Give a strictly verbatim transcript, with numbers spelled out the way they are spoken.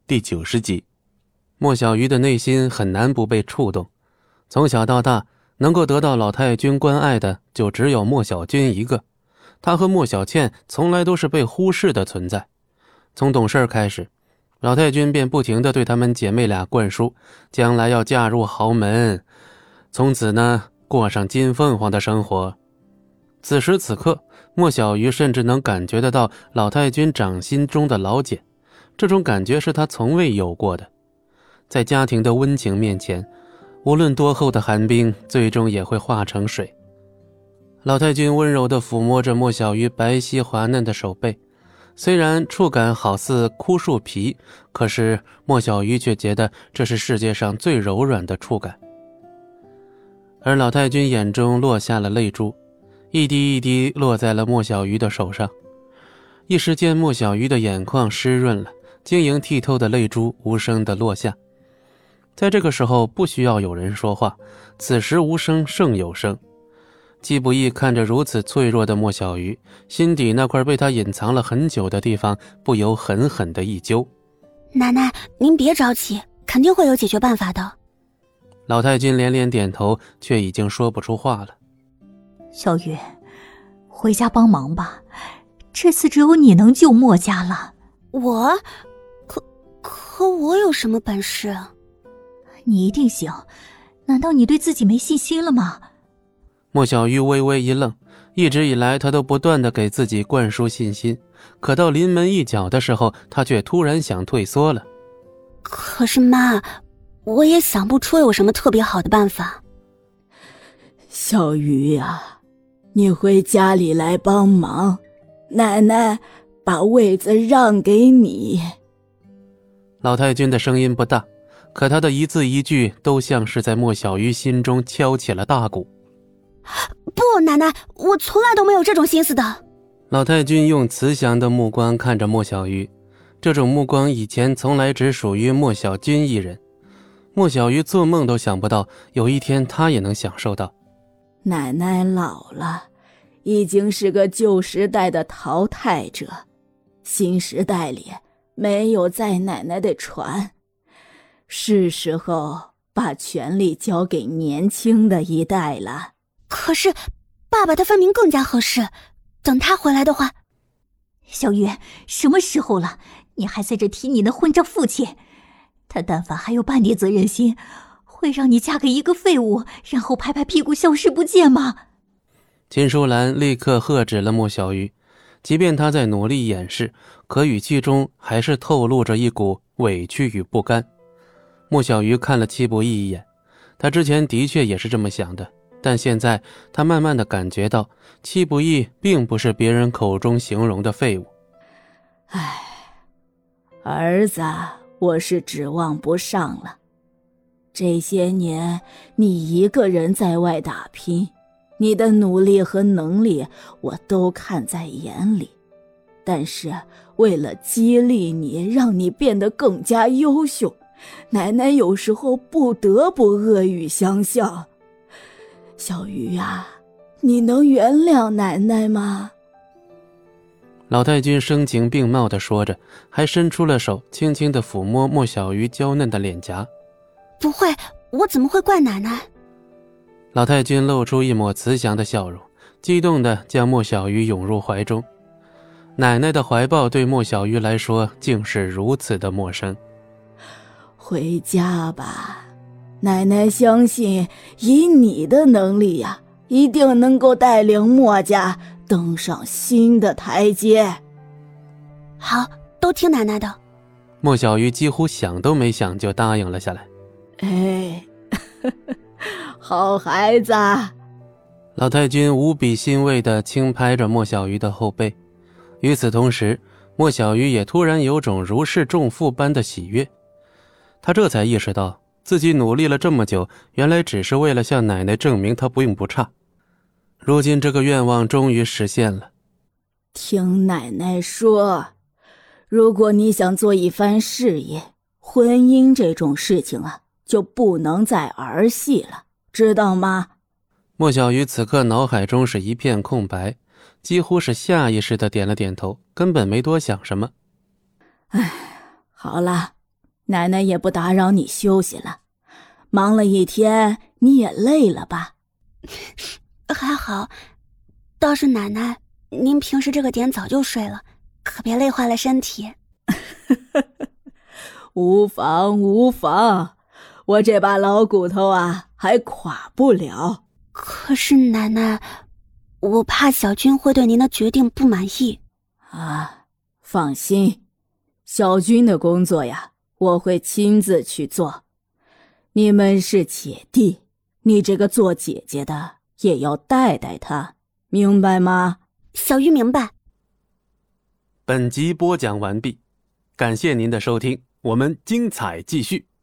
第九十集。莫小鱼的内心很难不被触动，从小到大能够得到老太君关爱的就只有莫小军一个，他和莫小倩从来都是被忽视的存在。从懂事开始，老太君便不停地对他们姐妹俩灌输将来要嫁入豪门，从此呢过上金凤凰的生活。此时此刻，莫小鱼甚至能感觉得到老太君掌心中的老茧，这种感觉是他从未有过的。在家庭的温情面前，无论多厚的寒冰最终也会化成水。老太君温柔地抚摸着莫小鱼白皙滑嫩的手背，虽然触感好似枯树皮，可是莫小鱼却觉得这是世界上最柔软的触感。而老太君眼中落下了泪珠，一滴一滴落在了莫小鱼的手上，一时间莫小鱼的眼眶湿润了，晶莹剔透的泪珠无声地落下。在这个时候不需要有人说话，此时无声胜有声。季不易看着如此脆弱的莫小鱼，心底那块被他隐藏了很久的地方不由狠狠地一揪。 奶奶，您别着急，肯定会有解决办法的。 老太君连连点头，却已经说不出话了。 小鱼，回家帮忙吧，这次只有你能救莫家了。 我？可可我有什么本事啊？ 你一定行，难道你对自己没信心了吗？ 莫小鱼微微一愣，一直以来他都不断地给自己灌输信心，可到临门一脚的时候，他却突然想退缩了。 可是妈，我也想不出有什么特别好的办法。 小鱼啊，你回家里来帮忙，奶奶把位子让给你。 老太君的声音不大，可他的一字一句都像是在莫小鱼心中敲起了大鼓。 不，奶奶，我从来都没有这种心思的。 老太君用慈祥的目光看着莫小鱼，这种目光以前从来只属于莫小军一人。莫小鱼做梦都想不到有一天他也能享受到。 奶奶老了，已经是个旧时代的淘汰者，新时代里没有在奶奶的船，是时候把权力交给年轻的一代了。 可是爸爸他分明更加合适，等他回来的话。 小鱼，什么时候了，你还在这提你的混账父亲？他但凡还有半点责任心，会让你嫁给一个废物，然后拍拍屁股消失不见吗？ 秦淑兰立刻喝止了莫小鱼，即便他在努力掩饰，可语气中还是透露着一股委屈与不甘。莫小鱼看了戚不义一眼，他之前的确也是这么想的，但现在他慢慢地感觉到戚不义并不是别人口中形容的废物。 唉，儿子，我是指望不上了。这些年你一个人在外打拼，你的努力和能力我都看在眼里，但是为了激励你，让你变得更加优秀，奶奶有时候不得不恶语相向。小鱼啊，你能原谅奶奶吗？ 老太君声情并茂地说着，还伸出了手轻轻地抚摸莫小鱼娇嫩的脸颊。 不会，我怎么会怪奶奶？ 老太君露出一抹慈祥的笑容，激动地将莫小鱼拥入怀中。奶奶的怀抱对莫小鱼来说竟是如此的陌生。 回家吧，奶奶相信以你的能力呀、啊，一定能够带领莫家登上新的台阶。 好，都听奶奶的。 莫小鱼几乎想都没想就答应了下来。 哎，呵呵，好孩子。 老太君无比欣慰地轻拍着莫小鱼的后背，与此同时，莫小鱼也突然有种如释重负般的喜悦。他这才意识到自己努力了这么久，原来只是为了向奶奶证明他并不差。如今这个愿望终于实现了。 听奶奶说，如果你想做一番事业，婚姻这种事情啊，就不能再儿戏了，知道吗？ 莫小鱼此刻脑海中是一片空白，几乎是下意识地点了点头，根本没多想什么。 唉，好了， 奶奶也不打扰你休息了。忙了一天，你也累了吧？ 还好，倒是奶奶，您平时这个点早就睡了，可别累坏了身体。 无妨无妨，我这把老骨头啊，还垮不了。 可是奶奶，我怕小军会对您的决定不满意。 啊，放心，小军的工作呀，我会亲自去做。你们是姐弟，你这个做姐姐的也要带带他，明白吗？ 小鱼明白。 本集播讲完毕，感谢您的收听，我们精彩继续。